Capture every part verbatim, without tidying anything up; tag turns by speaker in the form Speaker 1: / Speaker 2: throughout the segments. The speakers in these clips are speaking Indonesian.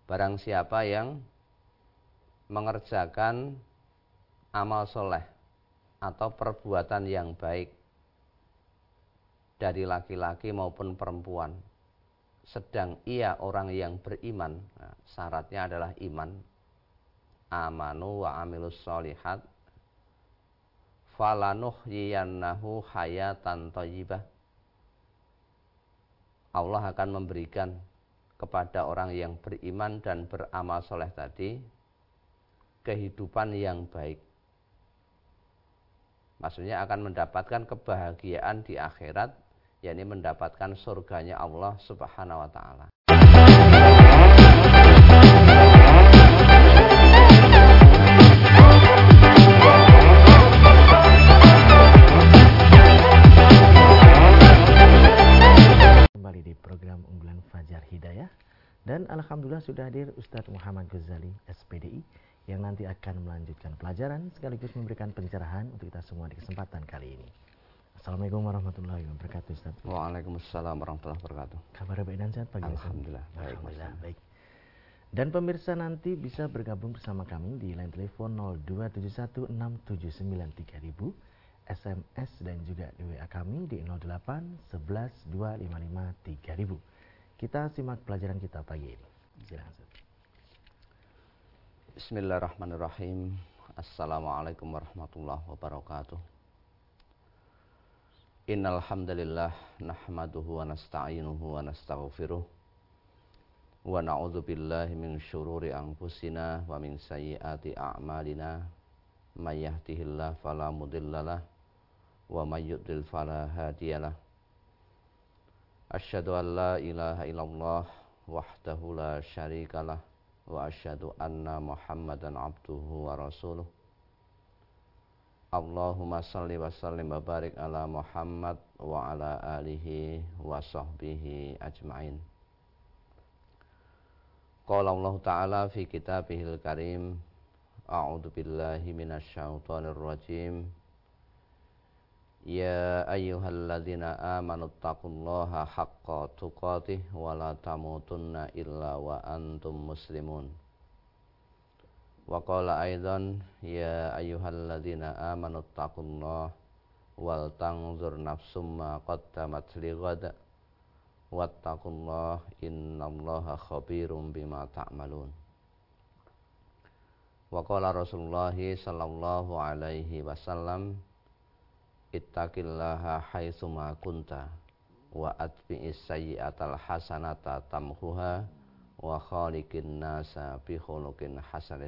Speaker 1: Barang siapa yang mengerjakan amal soleh atau perbuatan yang baik dari laki-laki maupun perempuan, sedang ia orang yang beriman, nah, syaratnya adalah iman, amanu wa amilus solihat, falanuhyiyannahu hayatan thayyibah. Allah akan memberikan kepada orang yang beriman dan beramal soleh tadi kehidupan yang baik. Maksudnya akan mendapatkan kebahagiaan di akhirat, yakni mendapatkan surganya Allah Subhanahu wa taala.
Speaker 2: Kembali di program unggulan Fajar Hidayah, dan alhamdulillah sudah hadir Ustadz Muhammad Ghazali S P D I yang nanti akan melanjutkan pelajaran sekaligus memberikan pencerahan untuk kita semua di kesempatan kali ini. Assalamualaikum warahmatullahi wabarakatuh, Ustaz.
Speaker 1: Waalaikumsalam warahmatullahi wabarakatuh.
Speaker 2: Kabar baik dan sehat pagi, Ustaz?
Speaker 1: Alhamdulillah baik.
Speaker 2: Alhamdulillah baik. Dan pemirsa nanti bisa bergabung bersama kami di line telepon nol dua tujuh satu enam tujuh sembilan tiga ribu, S M S dan juga di W A kami di nol delapan sebelas dua lima lima tiga ribu. Kita simak pelajaran kita pagi ini. Silakan, Ustaz.
Speaker 1: Bismillahirrahmanirrahim. Assalamualaikum warahmatullahi wabarakatuh. Innal hamdalillah nahmaduhu wa nasta'inuhu wa nastaghfiruh wa na'udzu billahi min syururi anfusina wa min sayyiati a'malina. May yahdihillahu fala mudhillalah wa may yudlil fala hadiyalah. Asyhadu an la ilaha illallah wahdahu la syarikalah wa asyhadu anna Muhammadan abduhu wa rasuluh. Allahumma salli wa sallim wa barik ala Muhammad wa ala alihi wa sahbihi ajma'in. Qala Allah Ta'ala fi kitabihil karim, a'udzu billahi minasyaitonir rajim. Ya ayyuhalladzina amanu taqullaha haqqa tuqatih wa la tamutunna illa wa antum muslimun. Wa qala aidan ya ayyuhalladzina amanu taqullaha wal tanzur nafsum ma qaddamat lighad wattaqullaha innallaha khabirum bima ta'malun. Wa qala Rasulullah sallallahu alaihi wasallam, ittaqillaha haitsuma kunta wa atbi'is sayyi'atal hasanata tamhuha wa khaliqin nasa bi khuluqin hasanin.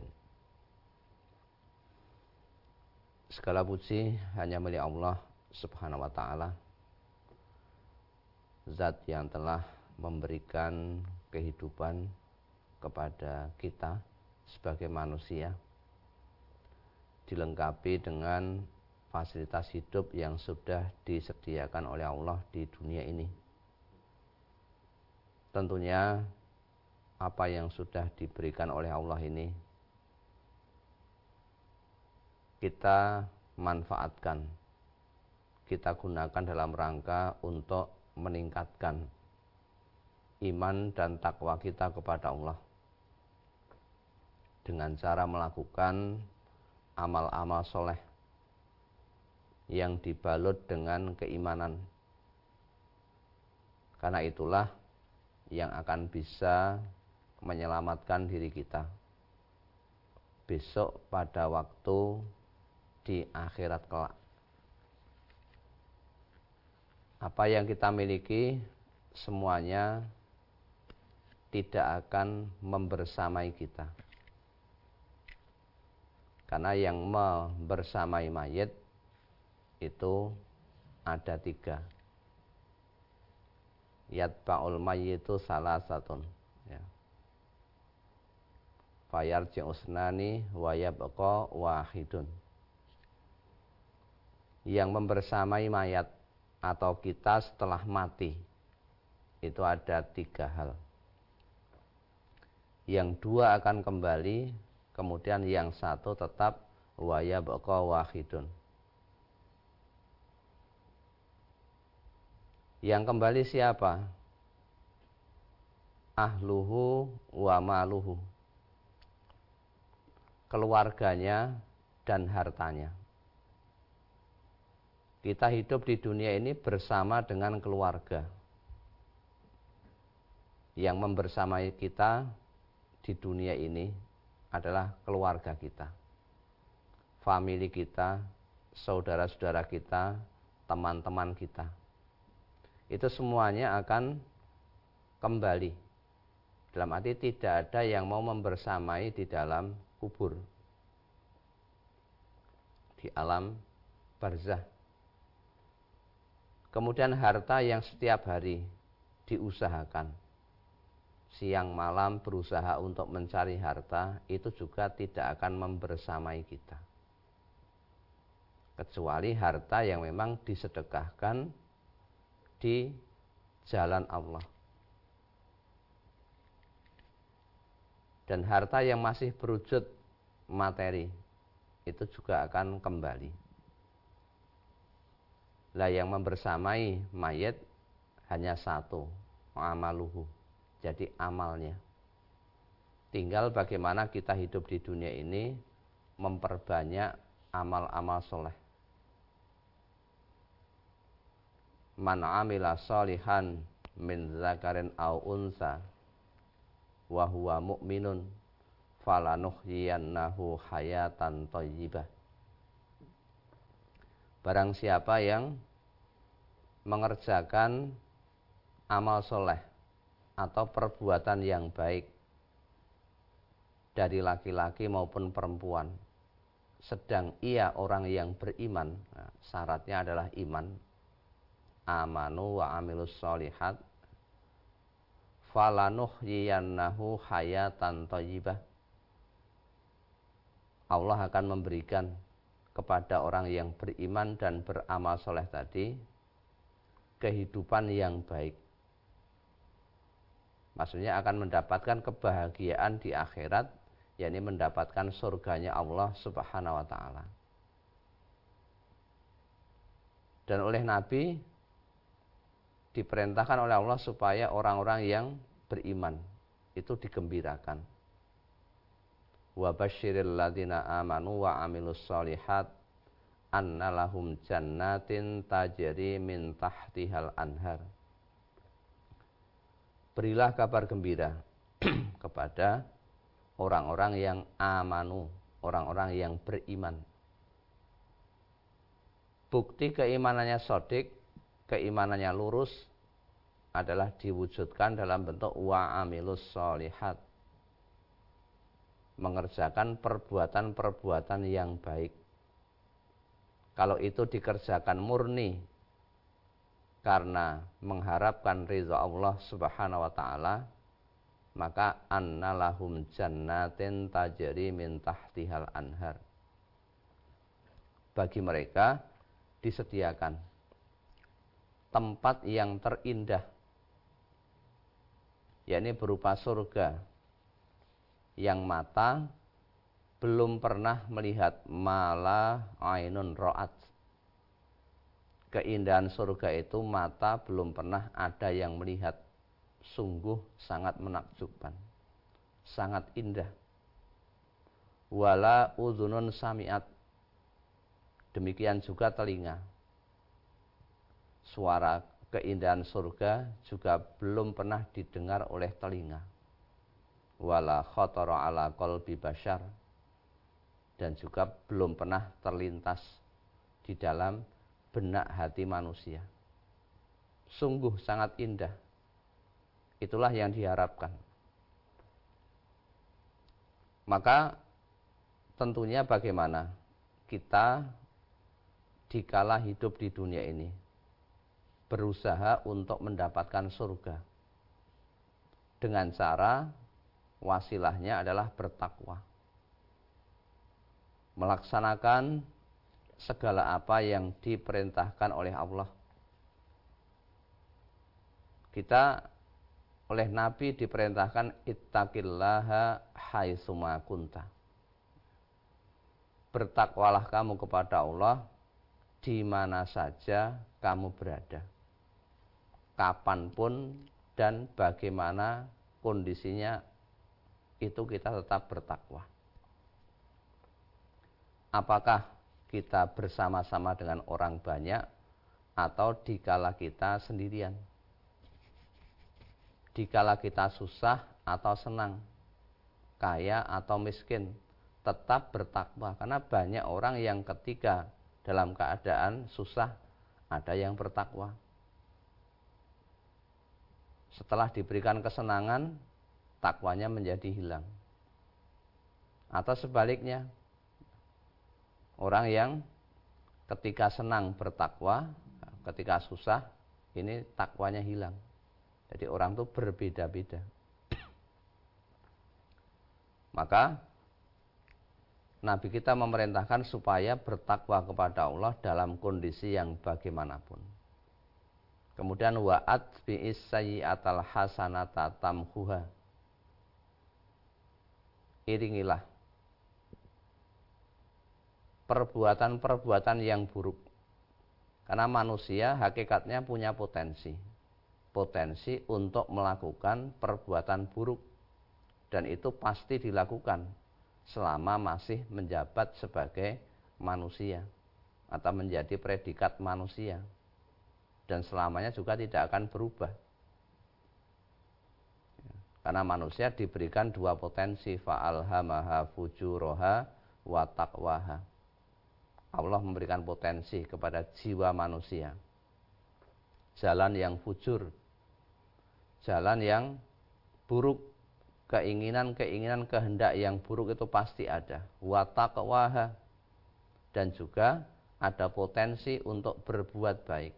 Speaker 1: Segala puji hanya milik Allah Subhanahu wa taala, zat yang telah memberikan kehidupan kepada kita sebagai manusia, dilengkapi dengan fasilitas hidup yang sudah disediakan oleh Allah di dunia ini. Tentunya apa yang sudah diberikan oleh Allah ini kita manfaatkan, kita gunakan dalam rangka untuk meningkatkan iman dan takwa kita kepada Allah dengan cara melakukan amal-amal soleh yang dibalut dengan keimanan. Karena itulah yang akan bisa menyelamatkan diri kita besok pada waktu di akhirat kelak. Apa yang kita miliki semuanya tidak akan membersamai kita. Karena yang membersamai mayit itu ada tiga. Yatba'ul mayyitu salasatun, ya. Fayarji'u usnani wa yabqa wahidun. Yang membersamai mayat atau kita setelah mati itu ada tiga hal. Yang dua akan kembali, kemudian yang satu tetap wa yabqa wahidun. Yang kembali siapa? ahluhu wa maluhu, keluarganya dan hartanya. Kita hidup di dunia ini bersama dengan keluarga. Yang membersamai kita di dunia ini adalah keluarga kita, famili kita, saudara-saudara kita, teman-teman kita. Itu semuanya akan kembali. Dalam arti tidak ada yang mau membersamai di dalam kubur, di alam barzah. Kemudian harta yang setiap hari diusahakan, siang malam berusaha untuk mencari harta, itu juga tidak akan membersamai kita, kecuali harta yang memang disedekahkan di jalan Allah. Dan harta yang masih berwujud materi itu juga akan kembali. Lah yang membersamai mayit hanya satu, amaluhu, jadi amalnya. Tinggal bagaimana kita hidup di dunia ini memperbanyak amal-amal soleh. Man amila sholihan min zakarin au unsa wa huwa mu'minun falanuhyiyannahu hayatan thayyibah. Barang siapa yang mengerjakan amal soleh atau perbuatan yang baik dari laki-laki maupun perempuan, sedang ia orang yang beriman, nah, syaratnya adalah iman, amanu wa amilus sholihat, falanuhyiyannahu hayatan thayyibah. Allah akan memberikan kepada orang yang beriman dan beramal soleh tadi kehidupan yang baik. Maksudnya akan mendapatkan kebahagiaan di akhirat, yakni mendapatkan surganya Allah Subhanahu wa ta'ala. Dan oleh Nabi diperintahkan oleh Allah supaya orang-orang yang beriman itu digembirakan. Wa basyiril ladzina amanu wa amilus sholihat anna lahum jannatin tajri min tahtihal anhar. Berilah kabar gembira kepada orang-orang yang amanu, orang-orang yang beriman. Bukti keimanannya shodiq, keimanannya lurus adalah diwujudkan dalam bentuk wa amilus sholihat, mengerjakan perbuatan-perbuatan yang baik. Kalau itu dikerjakan murni karena mengharapkan ridha Allah Subhanahu wa ta'ala, maka annalahum jannatin tajri min tahtihal anhar. Bagi mereka disediakan tempat yang terindah, yakni berupa surga yang mata belum pernah melihat, mala ainun ra'at. Keindahan surga itu mata belum pernah ada yang melihat. Sungguh sangat menakjubkan, sangat indah. Wala udhunun sami'at, demikian juga telinga. Suara keindahan surga juga belum pernah didengar oleh telinga. Wala khatara ala qalbi bashar, dan juga belum pernah terlintas di dalam benak hati manusia. Sungguh sangat indah. Itulah yang diharapkan. Maka tentunya bagaimana kita dikala hidup di dunia ini berusaha untuk mendapatkan surga dengan cara wasilahnya adalah bertakwa, melaksanakan segala apa yang diperintahkan oleh Allah. Kita oleh Nabi diperintahkan ittaqillaha haitsuma kunta. Bertakwalah kamu kepada Allah di mana saja kamu berada, kapanpun dan bagaimana kondisinya itu kita tetap bertakwa. Apakah kita bersama-sama dengan orang banyak atau dikala kita sendirian? Dikala kita susah atau senang, kaya atau miskin, tetap bertakwa. Karena banyak orang yang ketika dalam keadaan susah ada yang bertakwa. Setelah diberikan kesenangan, takwanya menjadi hilang. Atau sebaliknya, orang yang ketika senang bertakwa, ketika susah, ini takwanya hilang. Jadi orang itu berbeda-beda. Maka Nabi kita memerintahkan supaya bertakwa kepada Allah dalam kondisi yang bagaimanapun. Kemudian wa'at bi'is sayyi'atal hasanata tamhuha. Iringilah perbuatan-perbuatan yang buruk. Karena manusia hakikatnya punya potensi. Potensi untuk melakukan perbuatan buruk. Dan itu pasti dilakukan selama masih menjabat sebagai manusia atau menjadi predikat manusia. Dan selamanya juga tidak akan berubah. Karena manusia diberikan dua potensi, fa'alhamaha fujuroha wa taqwaha. Allah memberikan potensi kepada jiwa manusia. Jalan yang fujur, jalan yang buruk, keinginan-keinginan kehendak yang buruk itu pasti ada. Wa taqwaha, dan juga ada potensi untuk berbuat baik.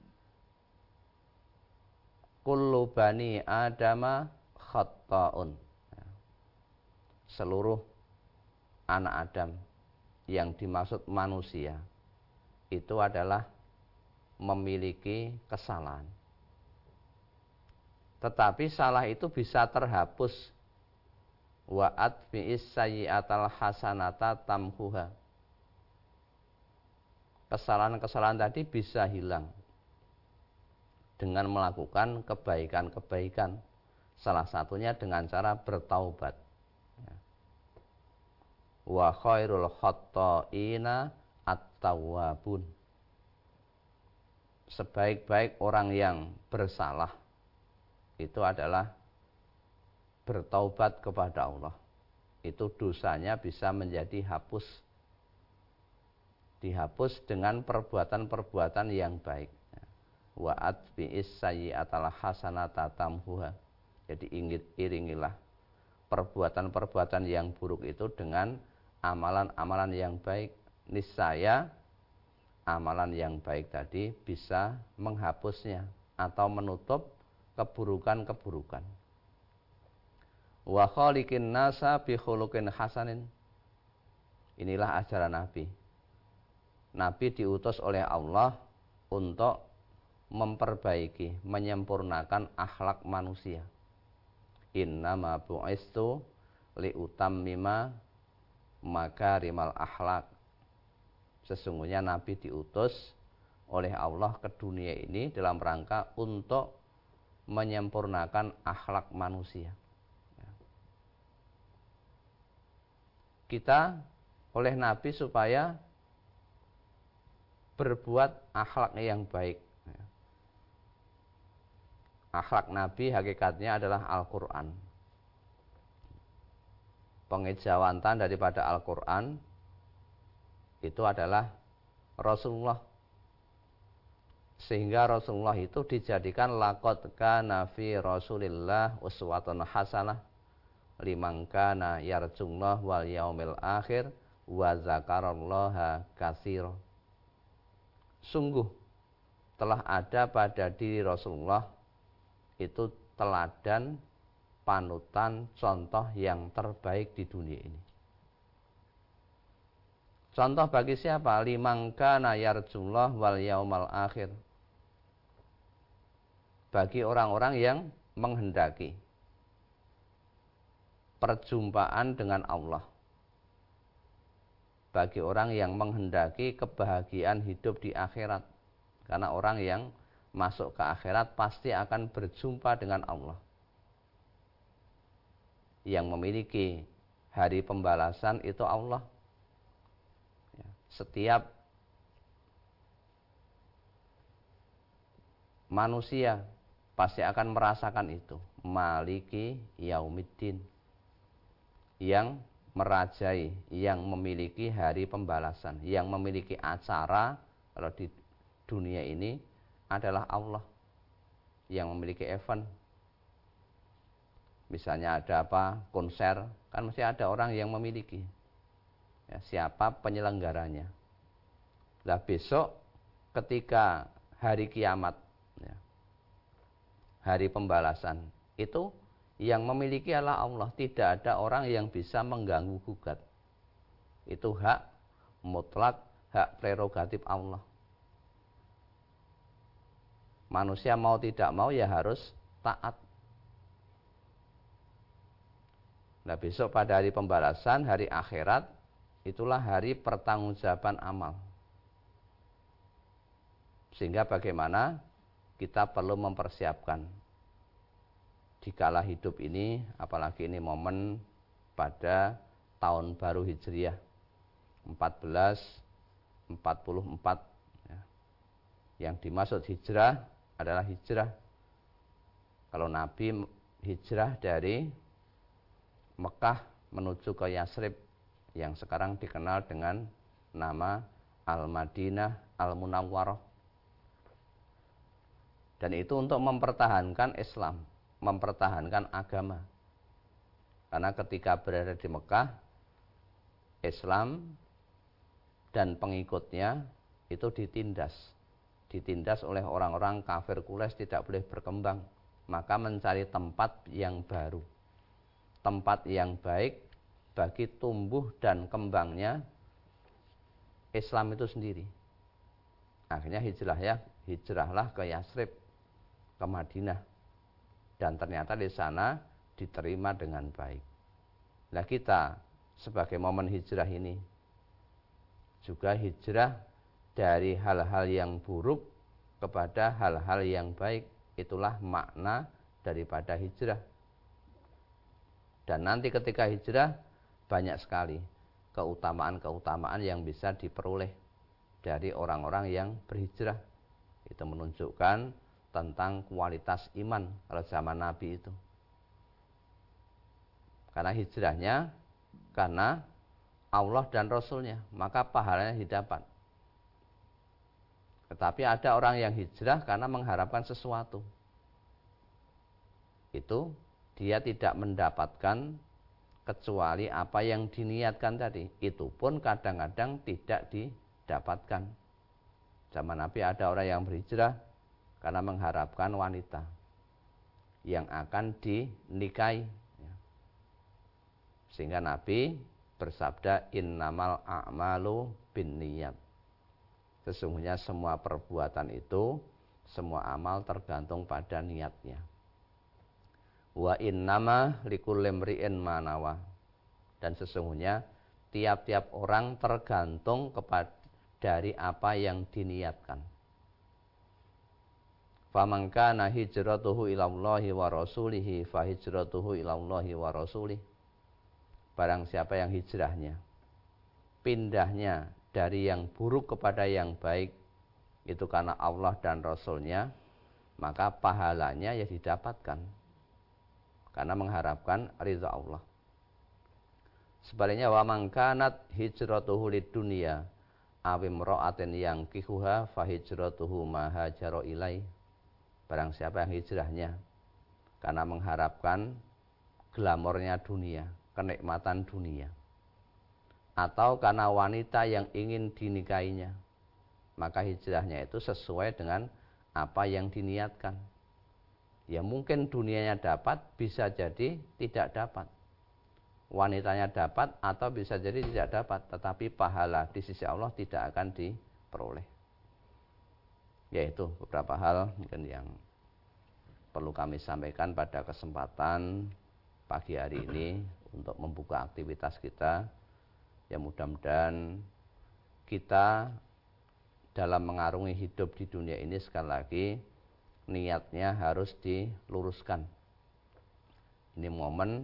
Speaker 1: Kullu bani adama khatta'un. Seluruh anak Adam yang dimaksud manusia itu adalah memiliki kesalahan. Tetapi salah itu bisa terhapus. Wa'at bi'is sayyi'atal hasanata tamhuha. Kesalahan-kesalahan tadi bisa hilang dengan melakukan kebaikan-kebaikan. Salah satunya dengan cara bertaubat. Wa khairul khatta'ina at-tawwabun. Sebaik-baik orang yang bersalah itu adalah bertaubat kepada Allah. Itu dosanya bisa menjadi hapus. Dihapus dengan perbuatan-perbuatan yang baik. Wa'at bi'is sayyi'atal hasanata tamhuha. Jadi iringilah perbuatan-perbuatan yang buruk itu dengan amalan-amalan yang baik. Niscaya amalan yang baik tadi bisa menghapusnya atau menutup keburukan-keburukan. Wa khaliqin nasa bi khuluqin hasanin. Inilah ajaran Nabi. Nabi diutus oleh Allah untuk memperbaiki, menyempurnakan akhlak manusia. Innama bu'istu liutammima makarimal akhlak. Sesungguhnya Nabi diutus oleh Allah ke dunia ini dalam rangka untuk menyempurnakan akhlak manusia. Kita oleh Nabi supaya berbuat akhlak yang baik. Akhlak Nabi hakikatnya adalah Al-Quran. Pengejawantan daripada Al-Quran itu adalah Rasulullah. Sehingga Rasulullah itu dijadikan laqad kana fi Rasulillah uswatun hasanah liman kana yarjullah wal yaumil akhir wa zakarallaha katsira. Sungguh telah ada pada diri Rasulullah itu teladan, panutan, contoh yang terbaik di dunia ini. Contoh bagi siapa? Liman kana yarjullah wal yaumal akhir. Bagi orang-orang yang menghendaki perjumpaan dengan Allah. Bagi orang yang menghendaki kebahagiaan hidup di akhirat. Karena orang yang masuk ke akhirat pasti akan berjumpa dengan Allah. yang memiliki hari pembalasan itu Allah. Ya, setiap manusia pasti akan merasakan itu. Maliki yaumiddin, yang merajai, yang memiliki hari pembalasan, yang memiliki acara kalau di dunia ini adalah Allah yang memiliki event. Misalnya ada apa, konser, kan mesti ada orang yang memiliki. Ya, siapa penyelenggaranya. Nah besok ketika hari kiamat, ya, hari pembalasan, itu yang memiliki adalah Allah. Tidak ada orang yang bisa mengganggu gugat. Itu hak mutlak, hak prerogatif Allah. Manusia mau tidak mau ya harus taat. Nah besok pada hari pembalasan, hari akhirat, itulah hari pertanggungjawaban amal. Sehingga bagaimana kita perlu mempersiapkan dikala hidup ini, apalagi ini momen pada tahun baru Hijriah empat belas empat puluh empat, ya. Yang dimaksud hijrah adalah hijrah. Kalau Nabi hijrah dari Mekah menuju ke Yasrib yang sekarang dikenal dengan nama Al-Madinah Al-Munawwarah. Dan itu untuk mempertahankan Islam, mempertahankan agama. Karena ketika berada di Mekah, Islam dan pengikutnya itu ditindas. Ditindas oleh orang-orang kafir Quraisy, tidak boleh berkembang. Maka mencari tempat yang baru, tempat yang baik bagi tumbuh dan kembangnya Islam itu sendiri. Akhirnya hijrah ya, hijrahlah ke Yasrib, ke Madinah, dan ternyata di sana diterima dengan baik. Nah kita sebagai momen hijrah ini juga hijrah dari hal-hal yang buruk kepada hal-hal yang baik. Itulah makna daripada hijrah. Dan nanti ketika hijrah banyak sekali keutamaan-keutamaan yang bisa diperoleh dari orang-orang yang berhijrah. Itu menunjukkan tentang kualitas iman kalau zaman Nabi itu. Karena hijrahnya karena Allah dan Rasulnya, maka pahalanya didapat. Tetapi ada orang yang hijrah karena mengharapkan sesuatu. Itu dia tidak mendapatkan kecuali apa yang diniatkan tadi. Itu pun kadang-kadang tidak didapatkan. Zaman Nabi ada orang yang berhijrah karena mengharapkan wanita yang akan dinikahi. Sehingga Nabi bersabda, innamal a'malu binniyat. Sesungguhnya semua perbuatan itu, semua amal tergantung pada niatnya. Wa innama likulli imri'in ma nawa. Dan sesungguhnya tiap-tiap orang tergantung kepada dari apa yang diniatkan. Faman kana hijratuhu ilallahi wa rasulihi fa hijratuhu ilallahi wa rasulih. Barang siapa yang hijrahnya, pindahnya dari yang buruk kepada yang baik, itu karena Allah dan Rasulnya, maka pahalanya ya didapatkan. Karena mengharapkan ridha Allah. Sebaliknya, wa man kanat hijratuhu lidunya aw imra'atin yang kihuha fa hijratuhu ma hajara ilai. Barang siapa yang hijrahnya karena mengharapkan glamornya dunia, kenikmatan dunia, atau karena wanita yang ingin dinikahinya, maka hijrahnya itu sesuai dengan apa yang diniatkan. Ya mungkin dunianya dapat, bisa jadi tidak dapat. Wanitanya dapat atau bisa jadi tidak dapat, tetapi pahala di sisi Allah tidak akan diperoleh. Yaitu beberapa hal mungkin yang perlu kami sampaikan pada kesempatan pagi hari ini untuk membuka aktivitas kita. Ya mudah-mudahan kita dalam mengarungi hidup di dunia ini sekali lagi niatnya harus diluruskan. Ini momen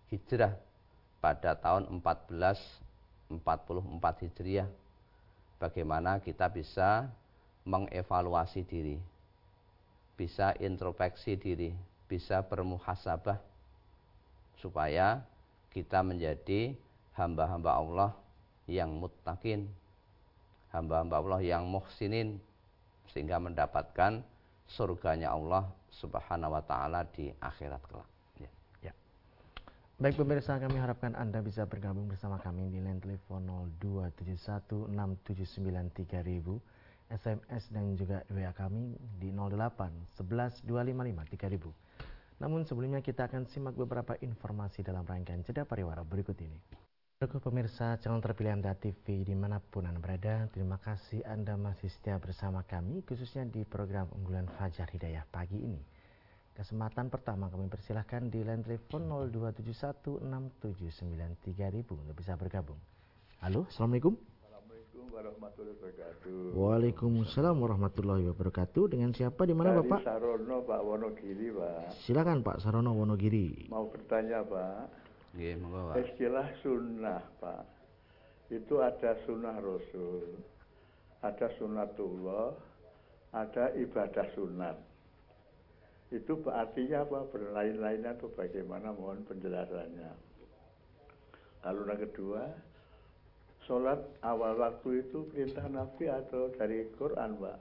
Speaker 1: hijrah pada tahun empat belas empat puluh empat Hijriah. Bagaimana kita bisa mengevaluasi diri, bisa introspeksi diri, bisa bermuhasabah, supaya kita menjadi hamba-hamba Allah yang muttaqin, hamba-hamba Allah yang muhsinin, sehingga mendapatkan surganya Allah Subhanahu wa ta'ala di akhirat kelak. Ya.
Speaker 2: Ya. Baik pemirsa, kami harapkan Anda bisa bergabung bersama kami di line telepon nol dua tujuh satu enam tujuh sembilan tiga ribu, S M S dan juga W A kami di nol delapan sebelas dua lima lima tiga ribu. Namun sebelumnya kita akan simak beberapa informasi dalam rangkaian jeda pariwara berikut ini. Untuk pemirsa channel terpilih Anda T V dimanapun Anda berada, terima kasih Anda masih setia bersama kami, khususnya di program unggulan Fajar Hidayah pagi ini. Kesempatan pertama kami persilahkan di line telepon nol dua tujuh satu enam tujuh sembilan tiga ribu untuk bisa bergabung. Halo, Assalamualaikum.
Speaker 3: Assalamualaikum warahmatullahi wabarakatuh.
Speaker 2: Waalaikumsalam warahmatullahi wabarakatuh. Dengan siapa, di mana Bapak?
Speaker 3: Sarono, Pak Wonogiri, Pak.
Speaker 2: Silakan Pak Sarono Wonogiri.
Speaker 3: Mau bertanya, Pak.
Speaker 1: Nggih, monggo, Pak.
Speaker 3: Istilah sunnah, Pak. Itu ada sunnah Rasul, ada sunnatullah, ada ibadah sunat. Itu artinya apa? Berlain-lainnya atau bagaimana? Mohon penjelasannya. Lalu yang kedua, sholat awal waktu itu perintah Nabi atau dari Quran, Pak?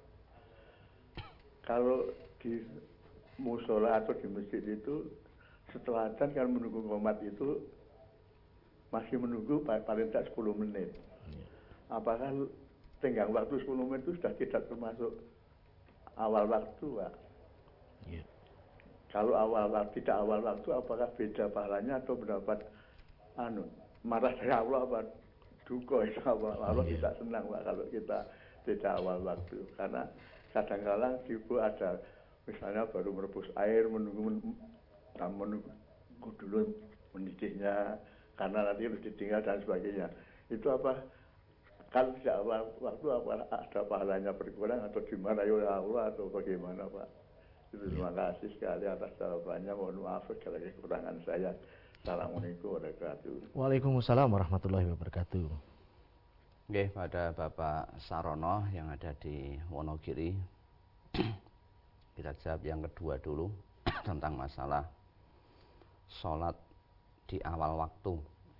Speaker 3: Kalau di musola atau di masjid itu setelah adzan kan menunggu qomat itu masih menunggu paling tidak sepuluh menit. Apakah tenggang waktu sepuluh menit itu sudah tidak termasuk awal waktu, Pak?
Speaker 2: Ya.
Speaker 3: Kalau awal waktu, tidak awal waktu, apakah beda pahalanya atau mendapat anu marah dari Allah, apa duka itu Allah, Allah
Speaker 2: Ya.
Speaker 3: tidak senang, Pak, kalau kita tidak awal waktu. Karena kadang-kadang ibu ada misalnya baru merebus air, menunggu menunggu dulu mendidihnya karena nanti harus ditinggal dan sebagainya. Itu apa? Kalau tidak awal waktu, apa ada pahalanya berkurang atau dimarahi oleh Allah atau bagaimana, Pak? Itu, terima kasih sekali atas jawabannya. Mohon maaf segala kekurangan saya. Assalamualaikum warahmatullahi wabarakatuh.
Speaker 2: Waalaikumsalam warahmatullahi wabarakatuh.
Speaker 1: Nggih, pada Bapak Sarono yang ada di Wonogiri. Kita jawab yang kedua dulu tentang masalah sholat di awal waktu.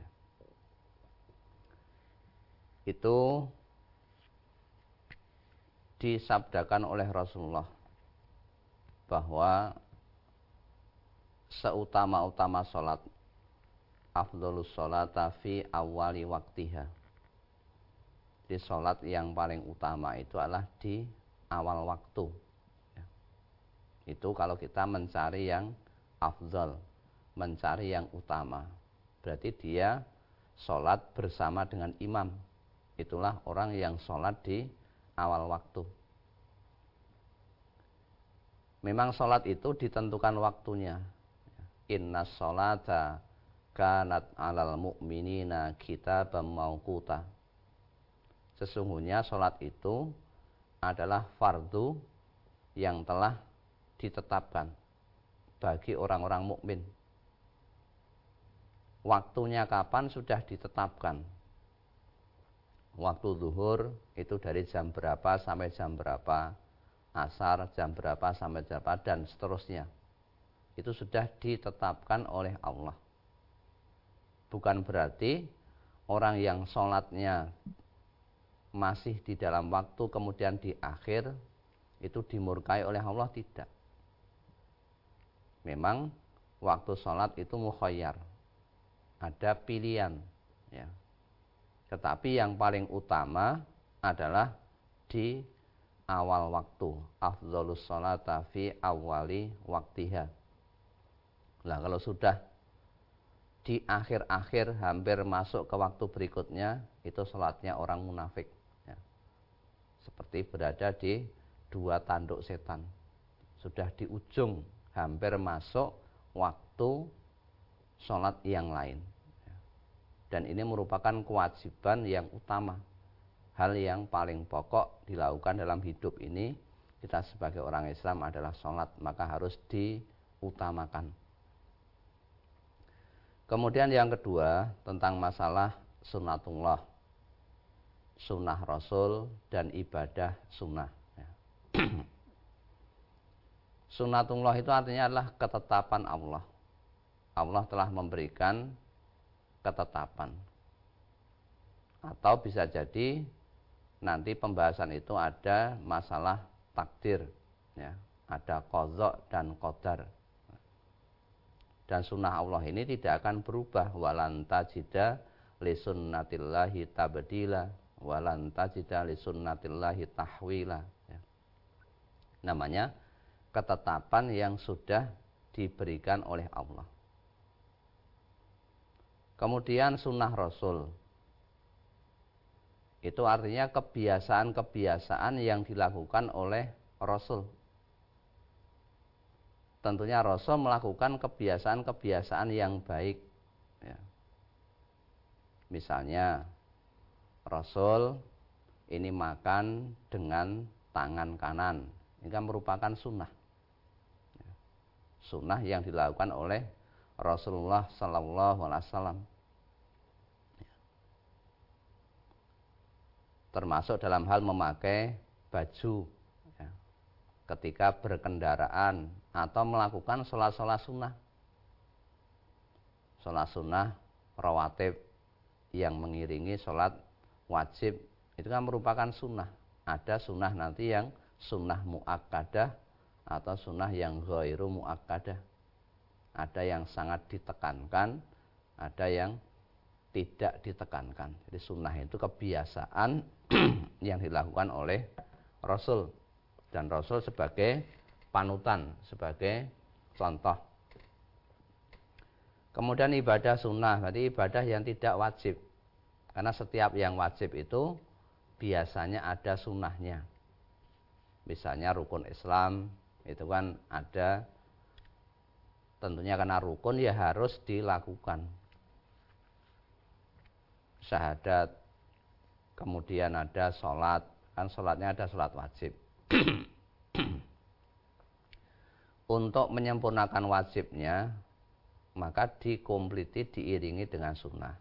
Speaker 1: Itu disabdakan oleh Rasulullah bahwa seutama-utama sholat, afdholus sholata fi awali waktiha. Di sholat yang paling utama itu adalah di awal waktu. Itu kalau kita mencari yang afdhol, mencari yang utama, berarti dia sholat bersama dengan imam. Itulah orang yang sholat di awal waktu. Memang sholat itu ditentukan waktunya. Inna sholata kanat alal mu'minina kitaban mauquta. Sesungguhnya sholat itu adalah fardu yang telah ditetapkan bagi orang-orang mukmin. Waktunya kapan sudah ditetapkan. Waktu zuhur itu dari jam berapa sampai jam berapa, asar jam berapa sampai jam berapa, dan seterusnya. Itu sudah ditetapkan oleh Allah. Bukan berarti orang yang sholatnya masih di dalam waktu kemudian di akhir itu dimurkai oleh Allah, tidak. Memang waktu sholat itu mukhayyar, ada pilihan, ya. Tetapi yang paling utama adalah di awal waktu. Afdholus sholata fi awali waktiha. Nah, kalau sudah di akhir-akhir hampir masuk ke waktu berikutnya, itu sholatnya orang munafik, ya. Seperti berada di dua tanduk setan. Sudah di ujung, hampir masuk waktu sholat yang lain. Dan ini merupakan kewajiban yang utama, hal yang paling pokok dilakukan dalam hidup ini. Kita sebagai orang Islam adalah sholat, maka harus diutamakan. Kemudian yang kedua tentang masalah sunnatullah, sunnah Rasul dan ibadah sunnah. Ya. Sunnatullah itu artinya adalah ketetapan Allah. Allah telah memberikan ketetapan. Atau bisa jadi nanti pembahasan itu ada masalah takdir, ya. Ada qadha dan qadar. Dan sunnah Allah ini tidak akan berubah. Walan tajida li sunnatillahi tabdila walan tajida li sunnatillahi tahwila. Ya. Namanya ketetapan yang sudah diberikan oleh Allah. Kemudian sunnah Rasul. Itu artinya kebiasaan-kebiasaan yang dilakukan oleh Rasul. Tentunya Rasul melakukan kebiasaan-kebiasaan yang baik. Ya. Misalnya Rasul ini makan dengan tangan kanan. Ini kan merupakan sunnah. Ya. Sunnah yang dilakukan oleh Rasulullah Sallallahu Alaihi Wasallam. Ya. Termasuk dalam hal memakai baju. Ya. Ketika berkendaraan atau melakukan sholat-sholat sunnah. Sholat sunnah rawatib yang mengiringi sholat wajib itu kan merupakan sunnah. Ada sunnah nanti yang sunnah muakkadah atau sunnah yang ghairu muakkadah. Ada yang sangat ditekankan, ada yang tidak ditekankan. Jadi sunnah itu kebiasaan yang dilakukan oleh Rasul. Dan Rasul sebagai panutan, sebagai contoh. Kemudian ibadah sunnah, berarti ibadah yang tidak wajib. Karena setiap yang wajib itu biasanya ada sunnahnya. Misalnya rukun Islam, itu kan ada, tentunya karena rukun ya harus dilakukan. Syahadat, kemudian ada sholat, kan sholatnya ada sholat wajib. Untuk menyempurnakan wajibnya, maka dikompliti diiringi dengan sunnah.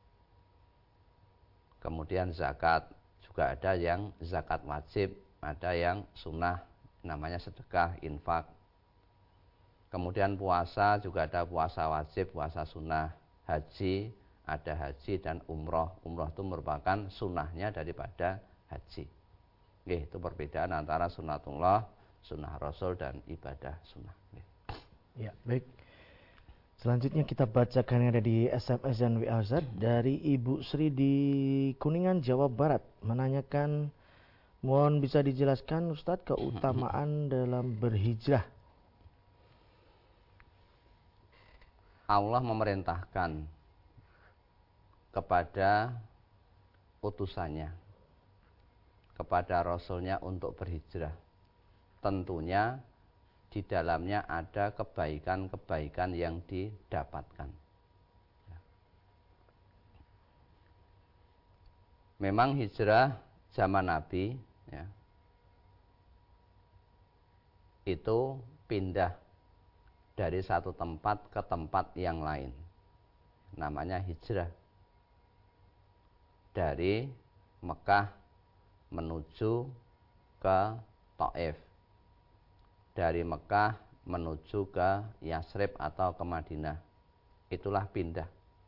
Speaker 1: Kemudian zakat, juga ada yang zakat wajib, ada yang sunnah, namanya sedekah, infak. Kemudian puasa, juga ada puasa wajib, puasa sunnah. Haji, ada haji dan umroh. Umroh itu merupakan sunnahnya daripada haji. Oke, itu perbedaan antara sunnatullah, sunnah Rasul dan ibadah sunnah.
Speaker 2: Ya, baik. Selanjutnya kita bacakan yang ada di S M S dan W A Z dari Ibu Sri di Kuningan, Jawa Barat, menanyakan, mohon bisa dijelaskan Ustadz keutamaan dalam berhijrah.
Speaker 1: Allah memerintahkan kepada utusannya, kepada Rasulnya untuk berhijrah. Tentunya di dalamnya ada kebaikan-kebaikan yang didapatkan. Memang hijrah zaman Nabi ya, itu pindah dari satu tempat ke tempat yang lain. Namanya hijrah. Dari Mekah menuju ke Taif. Dari Mekah menuju ke Yasrib atau ke Madinah. Itulah pindah.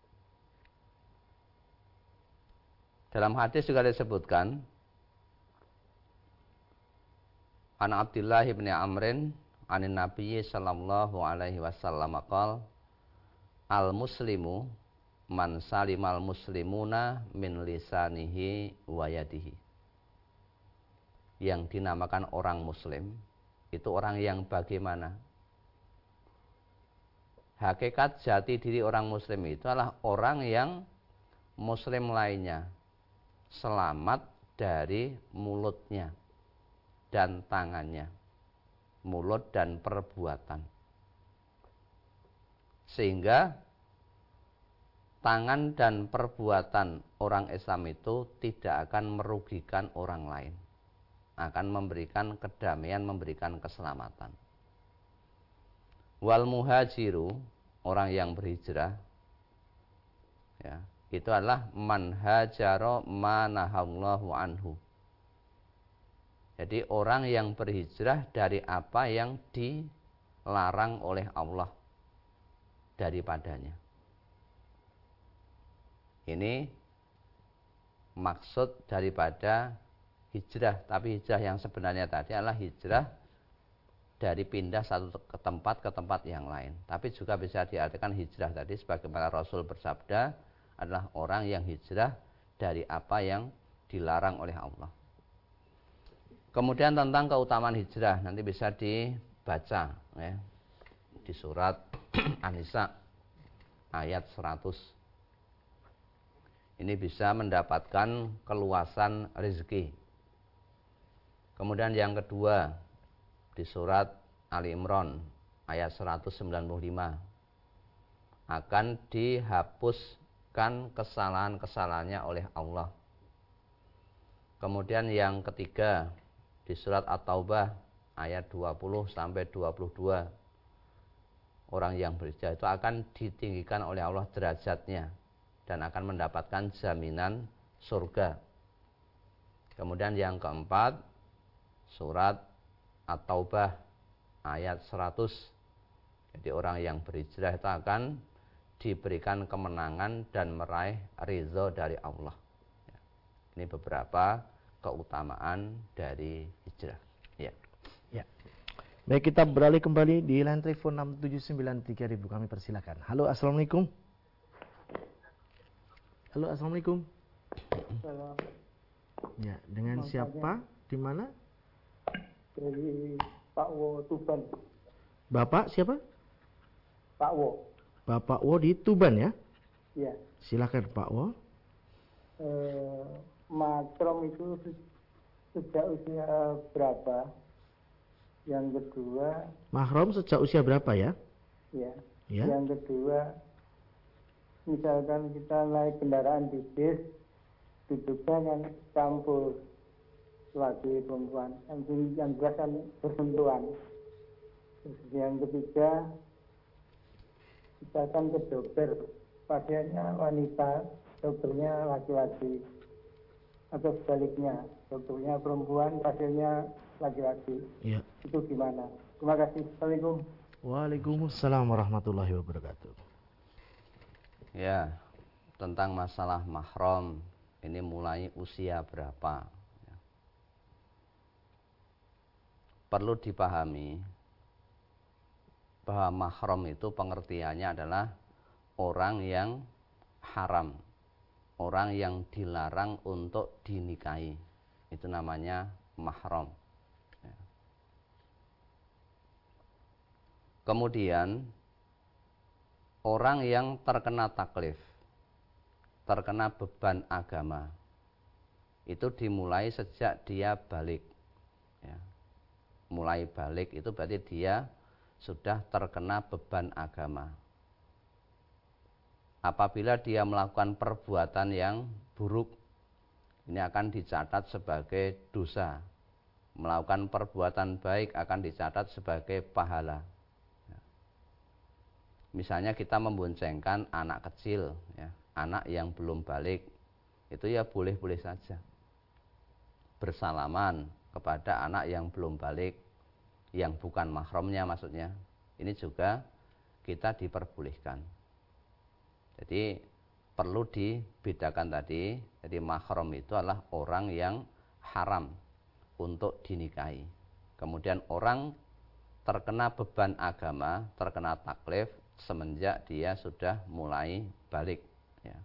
Speaker 1: Dalam hadis juga disebutkan, An Abdullah bin Amrin anin Nabi sallallahu alaihi wasallam qol, al muslimu man salimal muslimuna min lisanihi wa yadihi. Yang dinamakan orang muslim itu orang yang bagaimana? Hakikat jati diri orang muslim itu adalah orang yang muslim lainnya selamat dari mulutnya dan tangannya, mulut dan perbuatan. Sehingga tangan dan perbuatan orang Islam itu tidak akan merugikan orang lain, akan memberikan kedamaian, memberikan keselamatan. Wal muhajiru, orang yang berhijrah, ya, itu adalah man hajara ma nahallahu anhu. Jadi orang yang berhijrah dari apa yang dilarang oleh Allah daripadanya. Ini maksud daripada hijrah. Tapi hijrah yang sebenarnya tadi adalah hijrah dari pindah satu ke tempat ke tempat yang lain. Tapi juga bisa diartikan hijrah tadi sebagaimana Rasul bersabda adalah orang yang hijrah dari apa yang dilarang oleh Allah. Kemudian tentang keutamaan hijrah nanti bisa dibaca ya, di surat An-Nisa ayat seratus. Ini bisa mendapatkan keluasan rezeki. Kemudian yang kedua di surat Ali Imran ayat seratus sembilan puluh lima, akan dihapuskan kesalahan-kesalahannya oleh Allah. Kemudian yang ketiga di surat At-Taubah ayat dua puluh sampai dua puluh dua, orang yang berhijrah itu akan ditinggikan oleh Allah derajatnya dan akan mendapatkan jaminan surga. Kemudian yang keempat surat At-Taubah ayat seratus, jadi orang yang berhijrah itu akan diberikan kemenangan dan meraih ridho dari Allah. Ini beberapa keutamaan dari hijrah. Ya.
Speaker 2: Ya. Baik, kita beralih kembali di line telepon enam tujuh sembilan tiga ribu, kami persilakan. Halo, assalamualaikum. Halo, assalamualaikum.
Speaker 4: Salam.
Speaker 2: Ya, dengan siapa? Di mana?
Speaker 4: Dari Pak Wo Tuban.
Speaker 2: Bapak siapa?
Speaker 4: Pak Wo.
Speaker 2: Bapak Wo di Tuban ya?
Speaker 4: Ya.
Speaker 2: Silakan Pak Wo.
Speaker 4: Eh, Makrom itu sejak usia berapa? Yang kedua,
Speaker 2: Mahram sejak usia berapa ya?
Speaker 4: ya.
Speaker 2: Ya.
Speaker 4: Yang kedua, misalkan kita naik kendaraan di bis, duduknya kan campur laki perempuan. Yang yang jelas kan bersentuhan. Terus yang ketiga, misalkan ke dokter, pasiennya wanita, dokternya laki-laki. Atau sebaliknya, dokternya perempuan, pasiennya laki-laki.
Speaker 2: Ya.
Speaker 4: Itu gimana? Terima kasih. Assalamualaikum.
Speaker 2: Waalaikumsalam warahmatullahi wabarakatuh.
Speaker 1: Ya, tentang masalah mahram ini mulai usia berapa? Ya. Perlu dipahami bahwa mahram itu pengertiannya adalah orang yang haram, orang yang dilarang untuk dinikahi, itu namanya mahram. Ya. Kemudian orang yang terkena taklif, terkena beban agama, itu dimulai sejak dia balik. Ya. Mulai balik itu berarti dia sudah terkena beban agama. Apabila dia melakukan perbuatan yang buruk, ini akan dicatat sebagai dosa. Melakukan perbuatan baik akan dicatat sebagai pahala. Ya. Misalnya kita memboncengkan anak kecil, ya, anak yang belum balik, itu ya boleh-boleh saja. Bersalaman kepada anak yang belum balik, yang bukan mahramnya maksudnya, ini juga kita diperbolehkan. Jadi perlu dibedakan tadi, jadi mahram itu adalah orang yang haram untuk dinikahi. Kemudian orang terkena beban agama, terkena taklif semenjak dia sudah mulai balik. Ya.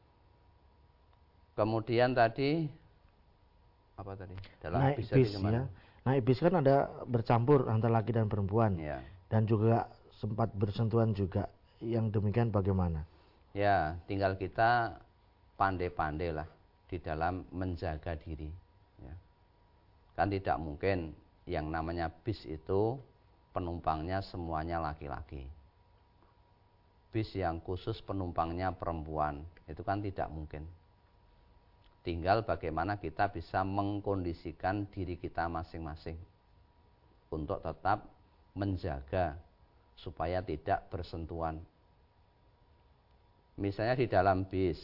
Speaker 1: Kemudian tadi apa tadi? Dalam
Speaker 2: Naik bis, bis ya. Naik bis kan ada bercampur antara laki dan perempuan. Ya. Dan juga sempat bersentuhan juga. Yang demikian bagaimana?
Speaker 1: Ya, tinggal kita pandai-pandai lah di dalam menjaga diri. Ya. Kan tidak mungkin yang namanya bis itu penumpangnya semuanya laki-laki. Bis yang khusus penumpangnya perempuan, itu kan tidak mungkin. Tinggal bagaimana kita bisa mengkondisikan diri kita masing-masing untuk tetap menjaga supaya tidak bersentuhan. Misalnya di dalam bis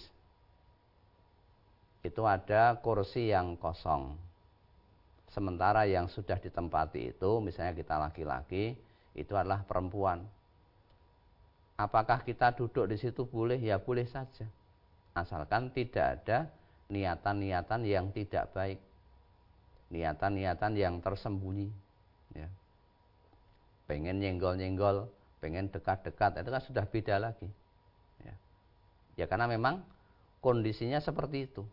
Speaker 1: itu ada kursi yang kosong, sementara yang sudah ditempati itu misalnya kita laki-laki, itu adalah perempuan. Apakah kita duduk di situ boleh? Ya boleh saja, asalkan tidak ada niatan-niatan yang tidak baik, niatan-niatan yang tersembunyi, ya. Pengen nyenggol-nyenggol, pengen dekat-dekat, itu kan sudah beda lagi, ya. Ya karena memang kondisinya seperti itu.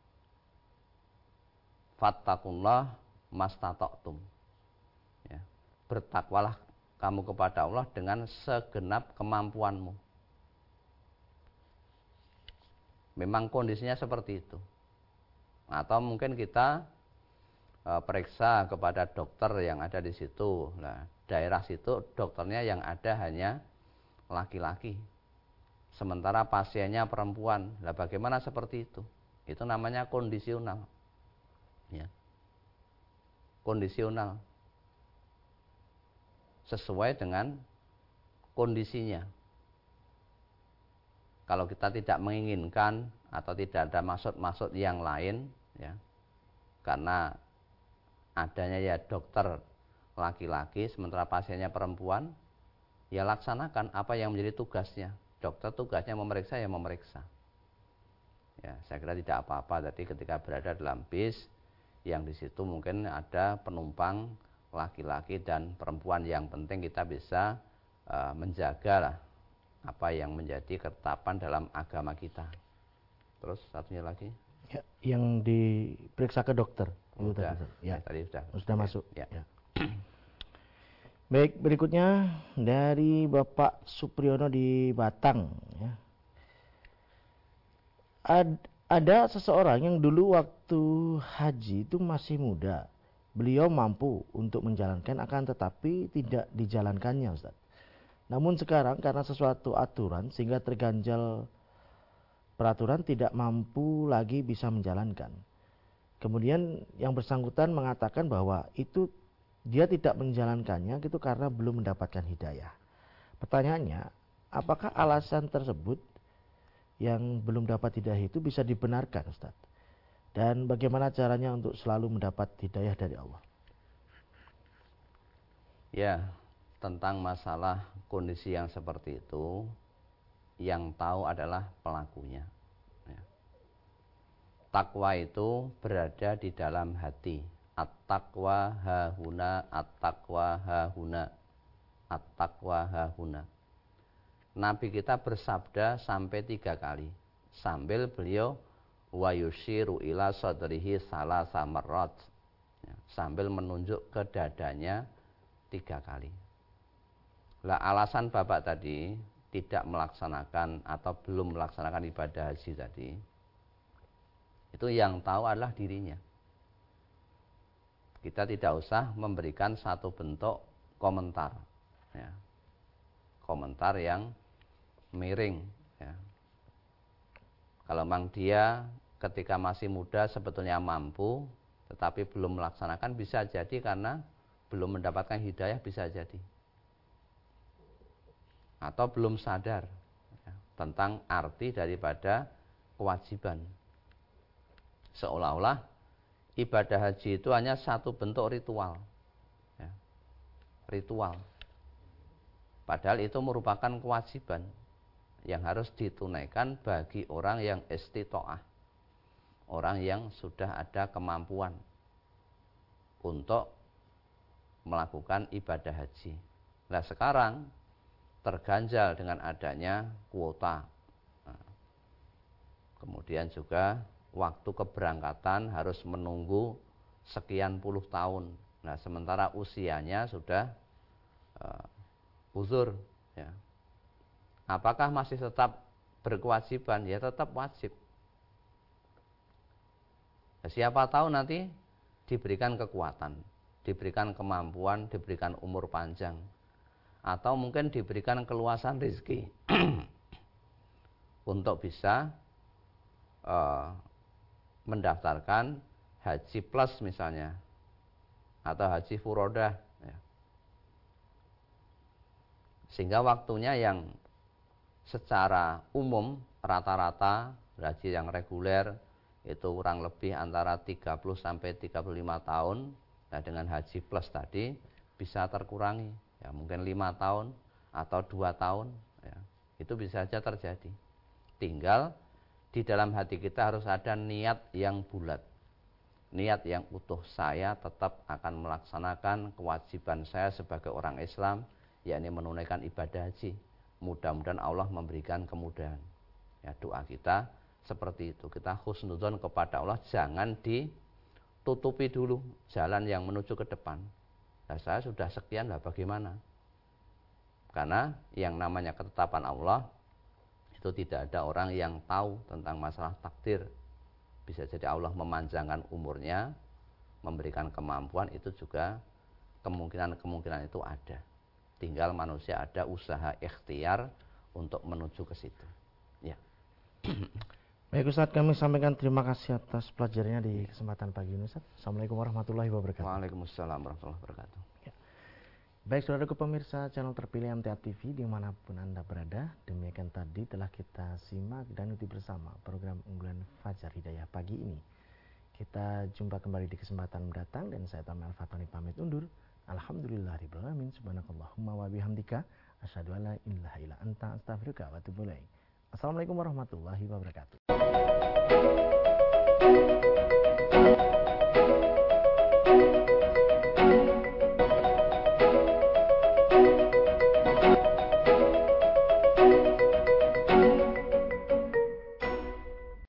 Speaker 1: Fattakullah mastata'tum, ya. Bertakwalah kamu kepada Allah dengan segenap kemampuanmu. Memang kondisinya seperti itu. Atau mungkin kita e, periksa kepada dokter yang ada di situ. Nah, daerah situ dokternya yang ada hanya laki-laki, sementara pasiennya perempuan. Nah, bagaimana seperti itu? Itu namanya kondisional, ya. Kondisional, sesuai dengan kondisinya. Kalau kita tidak menginginkan atau tidak ada maksud-maksud yang lain, ya, karena adanya ya dokter laki-laki sementara pasiennya perempuan, ya laksanakan apa yang menjadi tugasnya. Dokter tugasnya memeriksa, ya memeriksa. Ya, saya kira tidak apa-apa. Jadi ketika berada dalam bis yang di situ mungkin ada penumpang laki-laki dan perempuan, yang penting kita bisa uh, menjaga lah apa yang menjadi ketetapan dalam agama kita. Terus satunya lagi,
Speaker 2: ya, yang diperiksa ke dokter.
Speaker 1: Oh,
Speaker 2: itu
Speaker 1: sudah,
Speaker 2: tadi, ya.
Speaker 1: ya, tadi sudah,
Speaker 2: sudah
Speaker 1: ya,
Speaker 2: masuk.
Speaker 1: Ya.
Speaker 2: Ya. Baik, berikutnya dari Bapak Supriyono di Batang. Ya. Ad, ada seseorang yang dulu waktu haji itu masih muda. Beliau mampu untuk menjalankan, akan tetapi tidak dijalankannya, Ustaz. Namun sekarang karena sesuatu aturan sehingga terganjal peraturan, tidak mampu lagi bisa menjalankan. Kemudian yang bersangkutan mengatakan bahwa itu dia tidak menjalankannya gitu karena belum mendapatkan hidayah. Pertanyaannya, apakah alasan tersebut yang belum dapat hidayah itu bisa dibenarkan, Ustaz? Dan bagaimana caranya untuk selalu mendapat hidayah dari Allah?
Speaker 1: Ya, tentang masalah kondisi yang seperti itu, yang tahu adalah pelakunya, ya. Takwa itu berada di dalam hati. At-taqwa hahuna, at-taqwa hahuna, at-taqwa hahuna. Nabi kita bersabda sampai tiga kali, sambil beliau wa yushiru ila sadrihi salasa marrat, ya, sambil menunjuk ke dadanya tiga kali. Lah alasan Bapak tadi tidak melaksanakan atau belum melaksanakan ibadah haji tadi, itu yang tahu adalah dirinya. Kita tidak usah memberikan satu bentuk komentar, ya, komentar yang miring, ya. Kalau memang dia ketika masih muda sebetulnya mampu, tetapi belum melaksanakan, bisa jadi karena belum mendapatkan hidayah, bisa jadi, atau belum sadar, ya, tentang arti daripada kewajiban. Seolah-olah ibadah haji itu hanya satu bentuk ritual, ya, ritual. Padahal itu merupakan kewajiban yang harus ditunaikan bagi orang yang istitoah, orang yang sudah ada kemampuan untuk melakukan ibadah haji. Nah sekarang terganjal dengan adanya kuota, nah, kemudian juga waktu keberangkatan harus menunggu sekian puluh tahun. Nah sementara usianya sudah uh, uzur, ya. Apakah masih tetap berkewajiban? Ya tetap wajib. Siapa tahu nanti diberikan kekuatan, diberikan kemampuan, diberikan umur panjang, atau mungkin diberikan keluasan rezeki untuk bisa uh, mendaftarkan haji plus misalnya, atau haji furodah, ya. Sehingga waktunya yang secara umum rata-rata haji yang reguler itu kurang lebih antara tiga puluh sampai tiga puluh lima tahun. Nah, dengan haji plus tadi bisa terkurangi, ya mungkin lima tahun atau dua tahun, ya. Itu bisa saja terjadi. Tinggal di dalam hati kita harus ada niat yang bulat, niat yang utuh. Saya tetap akan melaksanakan kewajiban saya sebagai orang Islam, yakni menunaikan ibadah haji. Mudah-mudahan Allah memberikan kemudahan. Ya, doa kita seperti itu. Kita husnudzon kepada Allah, jangan ditutupi dulu jalan yang menuju ke depan. Nah, saya sudah sekian, lah bagaimana? Karena yang namanya ketetapan Allah itu tidak ada orang yang tahu tentang masalah takdir. Bisa jadi Allah memanjangkan umurnya, memberikan kemampuan, itu juga kemungkinan-kemungkinan itu ada. Tinggal manusia ada usaha ikhtiar untuk menuju ke situ. Ya.
Speaker 2: Baik Ustaz, kami sampaikan terima kasih atas pelajarannya di kesempatan pagi ini Ustaz. Assalamualaikum warahmatullahi wabarakatuh.
Speaker 1: Waalaikumsalam warahmatullahi wabarakatuh.
Speaker 2: Ya. Baik saudaraku pemirsa channel terpilih M T A T V dimanapun Anda berada, demikian tadi telah kita simak dan ikuti bersama program unggulan Fajar Hidayah pagi ini. Kita jumpa kembali di kesempatan mendatang dan saya Tami Al-Fatani pamit undur. Alhamdulillahirabbil alamin, subhanakallahumma wa bihamdika asyhadu an la ilaha illa anta astaghfiruka wa atubu ilaik. Assalamualaikum warahmatullahi wabarakatuh.